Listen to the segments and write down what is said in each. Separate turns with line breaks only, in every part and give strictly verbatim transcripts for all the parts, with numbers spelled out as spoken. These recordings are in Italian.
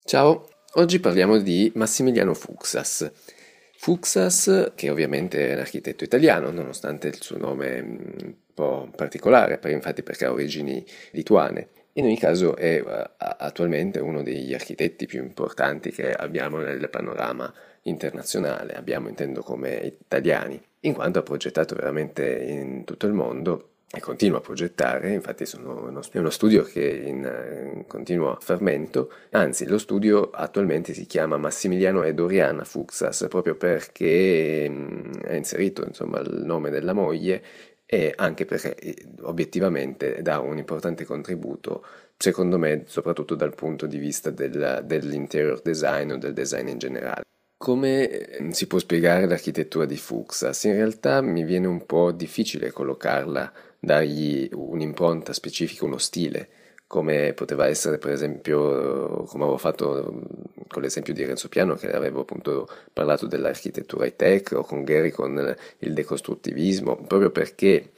Ciao, oggi parliamo di Massimiliano Fuksas. Fuksas, che ovviamente è un architetto italiano, nonostante il suo nome mm, un po' particolare, per- infatti perché ha origini lituane. In ogni caso è eh, attualmente uno degli architetti più importanti che abbiamo nel panorama internazionale, abbiamo intendo come italiani, in quanto ha progettato veramente in tutto il mondo e continua a progettare. Infatti sono uno, è uno studio che è in, in continuo fermento, anzi lo studio attualmente si chiama Massimiliano e Doriana Fuksas proprio perché mh, ha inserito insomma il nome della moglie e anche perché eh, obiettivamente dà un importante contributo, secondo me, soprattutto dal punto di vista del- dell'interior design o del design in generale. Come eh, si può spiegare l'architettura di Fuksas? In realtà mi viene un po' difficile collocarla, dargli un'impronta specifica, uno stile, come poteva essere per esempio, come avevo fatto mm, con l'esempio di Renzo Piano, che avevo appunto parlato dell'architettura high-tech, o con Gehry con il decostruttivismo, proprio perché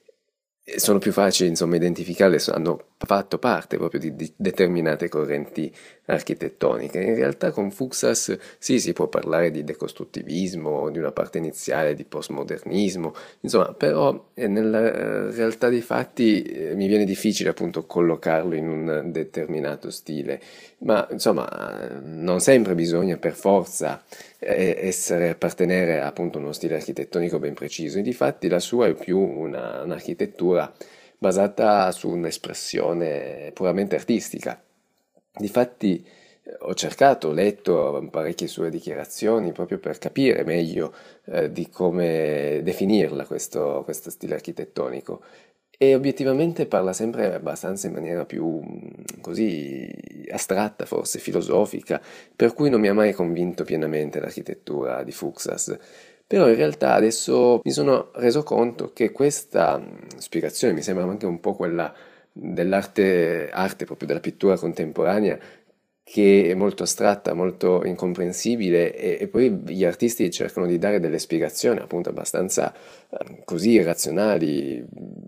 sono più facili, insomma, identificarle, so- hanno fatto parte proprio di, di determinate correnti architettoniche. In realtà con Fuksas sì, si può parlare di decostruttivismo, di una parte iniziale di postmodernismo, insomma, però eh, nella eh, realtà dei fatti eh, mi viene difficile appunto collocarlo in un determinato stile, ma insomma eh, non sempre bisogna per forza eh, essere, appartenere appunto a uno stile architettonico ben preciso, e difatti la sua è più una- un'architettura basata su un'espressione puramente artistica. Difatti eh, ho cercato, ho letto parecchie sue dichiarazioni proprio per capire meglio eh, di come definirla questo, questo stile architettonico. E obiettivamente parla sempre abbastanza in maniera più mm, così astratta, forse filosofica, per cui non mi ha mai convinto pienamente l'architettura di Fuksas. Però in realtà adesso mi sono reso conto che questa mm, spiegazione mi sembra anche un po' quella dell'arte, arte proprio della pittura contemporanea, che è molto astratta, molto incomprensibile, e, e poi gli artisti cercano di dare delle spiegazioni appunto abbastanza eh, così razionali,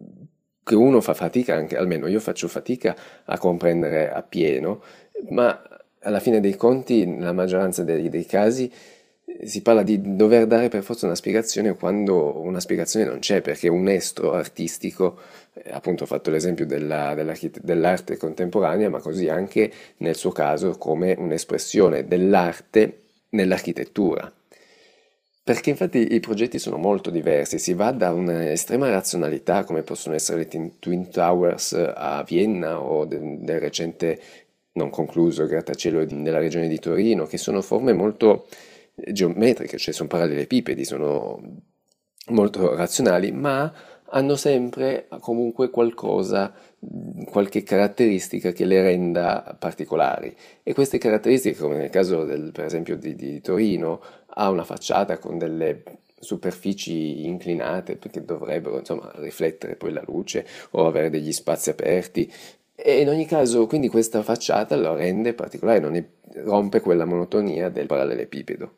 che uno fa fatica, anche almeno io faccio fatica a comprendere appieno, ma alla fine dei conti, nella maggioranza dei, dei casi, eh, si parla di dover dare per forza una spiegazione quando una spiegazione non c'è, perché un estro artistico, eh, appunto ho fatto l'esempio della- dell'archite- dell'arte contemporanea, ma così anche nel suo caso come un'espressione dell'arte nell'architettura. Perché infatti i progetti sono molto diversi, si va da un'estrema razionalità, come possono essere le Tin- Twin Towers a Vienna o de- del recente non concluso grattacielo di- della regione di Torino, che sono forme molto eh, geometriche, cioè sono parallelepipedi, sono molto razionali, ma hanno sempre comunque qualcosa, mh, qualche caratteristica che le renda particolari. E queste caratteristiche, come nel caso del, per esempio di, di Torino, ha una facciata con delle superfici inclinate perché dovrebbero insomma riflettere poi la luce o avere degli spazi aperti. E in ogni caso, quindi questa facciata lo rende particolare, non è- rompe quella monotonia del parallelepipedo.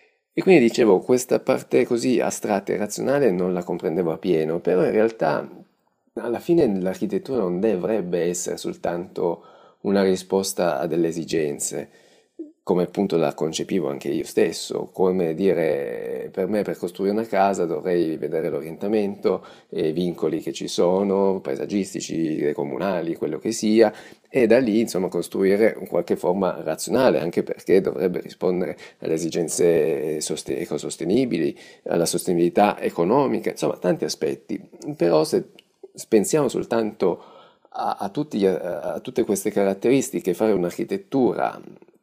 E quindi dicevo, questa parte così astratta e razionale non la comprendevo appieno, però in realtà alla fine l'architettura non dovrebbe essere soltanto una risposta a delle esigenze, come appunto la concepivo anche io stesso, come dire, per me per costruire una casa dovrei vedere l'orientamento e i vincoli che ci sono, paesaggistici, comunali, quello che sia, e da lì insomma costruire in qualche forma razionale, anche perché dovrebbe rispondere alle esigenze soste- ecosostenibili, alla sostenibilità economica, insomma tanti aspetti. Però se pensiamo soltanto a, a tutti gli- a- a tutte queste caratteristiche, fare un'architettura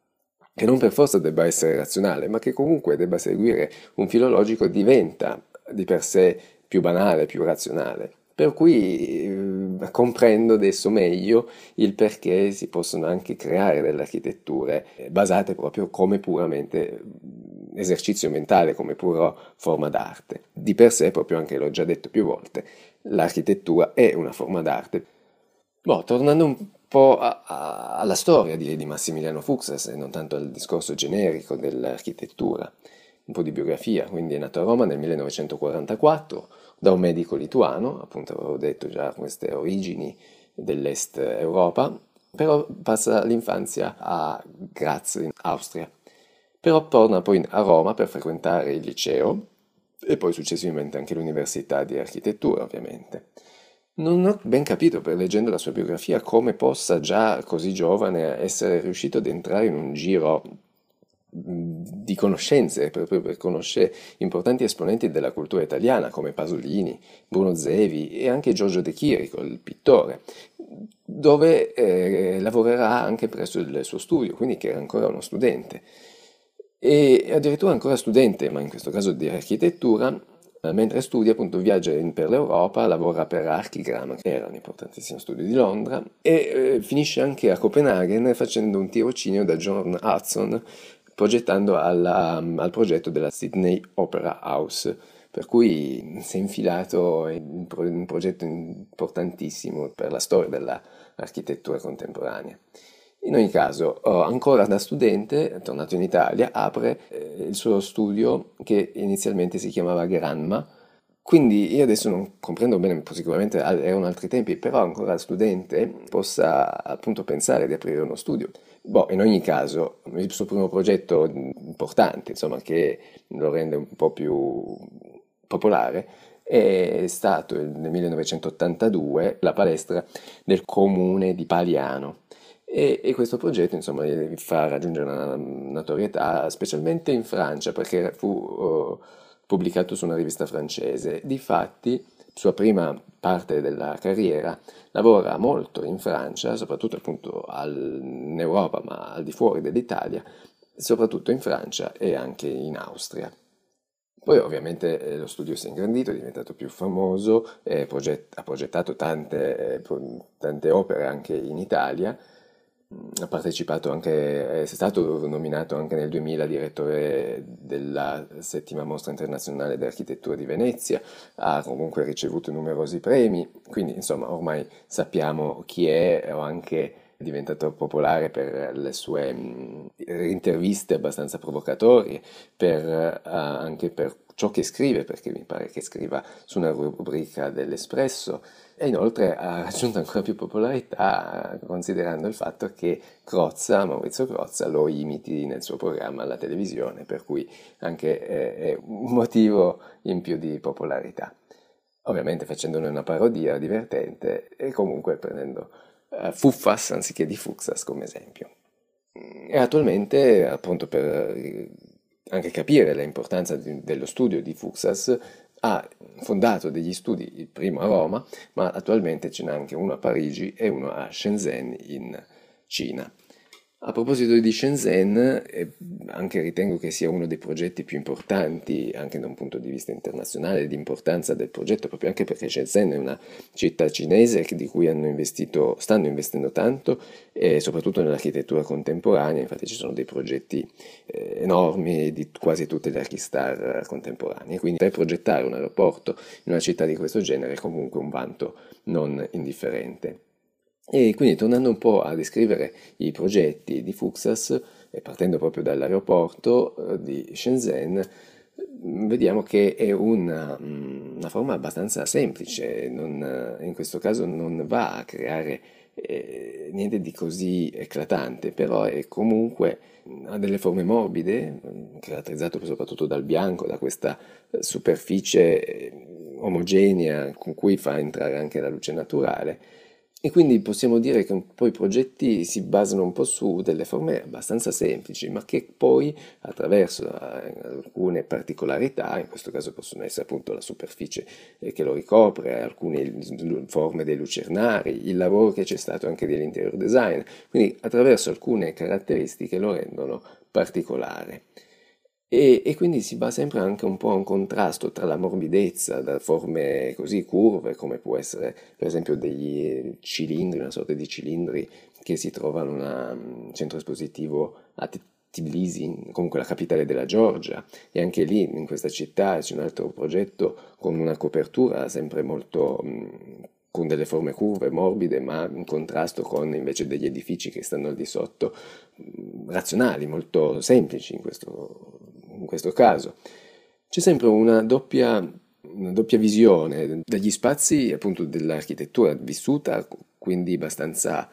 che non per forza debba essere razionale, ma che comunque debba seguire un filo logico, diventa di per sé più banale, più razionale. Per cui eh, comprendo adesso meglio il perché si possono anche creare delle architetture eh, basate proprio come puramente eh, esercizio mentale, come pura forma d'arte. Di per sé, proprio anche l'ho già detto più volte, l'architettura è una forma d'arte. Boh, tornando un po' a- a- alla storia di, di Massimiliano Fuksas e non tanto al discorso generico dell'architettura, un po' di biografia. Quindi è nato a Roma nel millenovecentoquarantaquattro da un medico lituano, appunto avevo detto già queste origini dell'Est Europa, però passa l'infanzia a Graz, in Austria. Però torna poi a Roma per frequentare il liceo e poi successivamente anche l'università di architettura, ovviamente. Non ho ben capito, per leggendo la sua biografia, come possa già così giovane essere riuscito ad entrare in un giro di conoscenze, proprio per conoscere importanti esponenti della cultura italiana come Pasolini, Bruno Zevi e anche Giorgio De Chirico, il pittore, dove eh, lavorerà anche presso il suo studio, quindi che era ancora uno studente. E addirittura ancora studente, ma in questo caso di architettura, eh, mentre studia appunto viaggia in- per l'Europa, lavora per Archigram, che era un importantissimo studio di Londra, e eh, finisce anche a Copenaghen facendo un tirocinio da John Hudson, progettando alla- al progetto della Sydney Opera House, per cui si è infilato in un pro- in un progetto importantissimo per la storia dell'architettura contemporanea. In ogni caso, oh, ancora da studente, tornato in Italia, apre eh, il suo studio che inizialmente si chiamava Granma. Quindi io adesso non comprendo bene, sicuramente al- erano altri tempi, però ancora da studente possa appunto pensare di aprire uno studio. Boh, in ogni caso, il suo primo progetto importante, insomma, che lo rende un po' più popolare, è stato nel millenovecentottantadue la palestra del comune di Paliano. E, e questo progetto, insomma, gli fa raggiungere una notorietà, specialmente in Francia, perché fu eh, pubblicato su una rivista francese. Difatti, sua prima parte della carriera lavora molto in Francia, soprattutto appunto al- in Europa, ma al di fuori dell'Italia, soprattutto in Francia e anche in Austria. Poi ovviamente eh, lo studio si è ingrandito, è diventato più famoso, eh, proget- ha progettato tante, eh, pro- tante opere anche in Italia. Mm, ha partecipato anche, è stato nominato anche nel duemila direttore della settima mostra internazionale di architettura di Venezia, ha comunque ricevuto numerosi premi, quindi insomma ormai sappiamo chi è, o anche è diventato popolare per le sue mh, interviste abbastanza provocatorie, per, eh, anche per ciò che scrive, perché mi pare che scriva su una rubrica dell'Espresso, e inoltre ha raggiunto ancora più popolarità considerando il fatto che Crozza, Maurizio Crozza, lo imiti nel suo programma alla televisione, per cui anche eh, è un motivo in più di popolarità. Ovviamente facendone una parodia divertente e comunque prendendo eh, Fuffas anziché di Fuxas come esempio. E attualmente, appunto, per eh, anche capire l'importanza di- dello studio di Fuxas, ha fondato degli studi, il primo a Roma, ma attualmente ce n'è anche uno a Parigi e uno a Shenzhen in Cina. A proposito di Shenzhen, eh, anche ritengo che sia uno dei progetti più importanti, anche da un punto di vista internazionale, di importanza del progetto, proprio anche perché Shenzhen è una città cinese che- di cui hanno investito, stanno investendo tanto, e soprattutto nell'architettura contemporanea. Infatti ci sono dei progetti eh, enormi di quasi tutte le archistar contemporanee. Quindi per progettare un aeroporto in una città di questo genere è comunque un vanto non indifferente. E quindi tornando un po' a descrivere i progetti di Fuxas, e partendo proprio dall'aeroporto eh, di Shenzhen, mm, vediamo che è una, mm, una forma abbastanza semplice, non, eh, in questo caso non va a creare eh, niente di così eclatante, però è comunque, mm, ha delle forme morbide, mm, caratterizzato soprattutto dal bianco, da questa eh, superficie eh, omogenea con cui fa entrare anche la luce naturale. E quindi possiamo dire che un po' i progetti si basano un po' su delle forme abbastanza semplici, ma che poi attraverso eh, alcune particolarità, in questo caso possono essere appunto la superficie eh, che lo ricopre, alcune l- forme dei lucernari, il lavoro che c'è stato anche dell'interior design, quindi attraverso alcune caratteristiche lo rendono particolare. E, e quindi si va sempre anche un po' a un contrasto tra la morbidezza, da forme così curve, come può essere per esempio degli cilindri, una sorta di cilindri che si trovano al centro espositivo a Tbilisi, comunque la capitale della Georgia, e anche lì in questa città c'è un altro progetto con una copertura sempre molto mh, con delle forme curve, morbide, ma in contrasto con invece degli edifici che stanno al di sotto, mh, razionali, molto semplici in questo, in questo caso. C'è sempre una doppia, una doppia visione degli spazi, appunto, dell'architettura vissuta, quindi abbastanza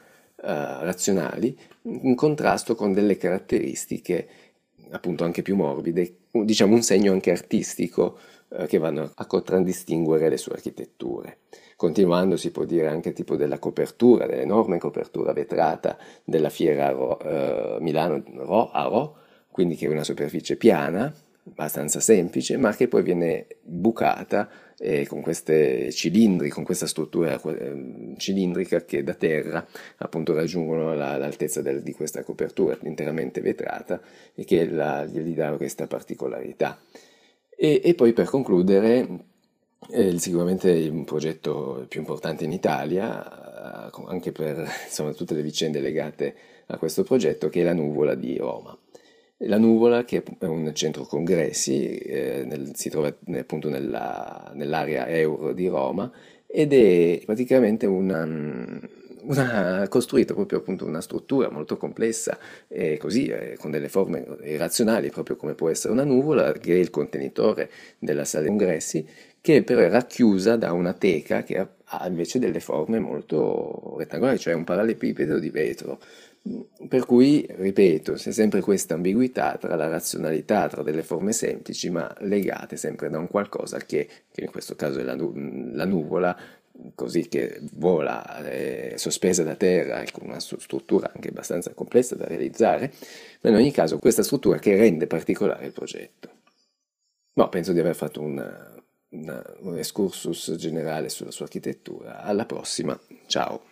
razionali, in contrasto con delle caratteristiche appunto anche più morbide, diciamo un segno anche artistico eh, che vanno a contraddistinguere le sue architetture. Continuando si può dire anche tipo della copertura, dell'enorme copertura vetrata della fiera Ro, eh, Milano Ro, a Ro, quindi che è una superficie piana, abbastanza semplice, ma che poi viene bucata eh, con queste cilindri, con questa struttura eh, cilindrica che da terra appunto raggiungono la, l'altezza del, di questa copertura interamente vetrata e che la, gli dà questa particolarità. E, e poi per concludere, eh, sicuramente il progetto più importante in Italia, eh, anche per insomma, tutte le vicende legate a questo progetto, che è la Nuvola di Roma. La Nuvola, che è un centro congressi, eh, nel- si trova appunto nella- nell'area euro di Roma ed è praticamente una, una- ha costruito proprio appunto una struttura molto complessa e così, eh, con delle forme irrazionali, proprio come può essere una nuvola, che è il contenitore della sala dei congressi, che però è racchiusa da una teca che ha ha invece delle forme molto rettangolari, cioè un parallelepipedo di vetro. Per cui, ripeto, c'è sempre questa ambiguità tra la razionalità, tra delle forme semplici, ma legate sempre da un qualcosa che, che in questo caso è la, nu- la nuvola, così che vola eh, sospesa da terra e con una su- struttura anche abbastanza complessa da realizzare, ma in ogni caso questa struttura che rende particolare il progetto. No, penso di aver fatto una- una- un excursus generale sulla sua architettura. Alla prossima, ciao!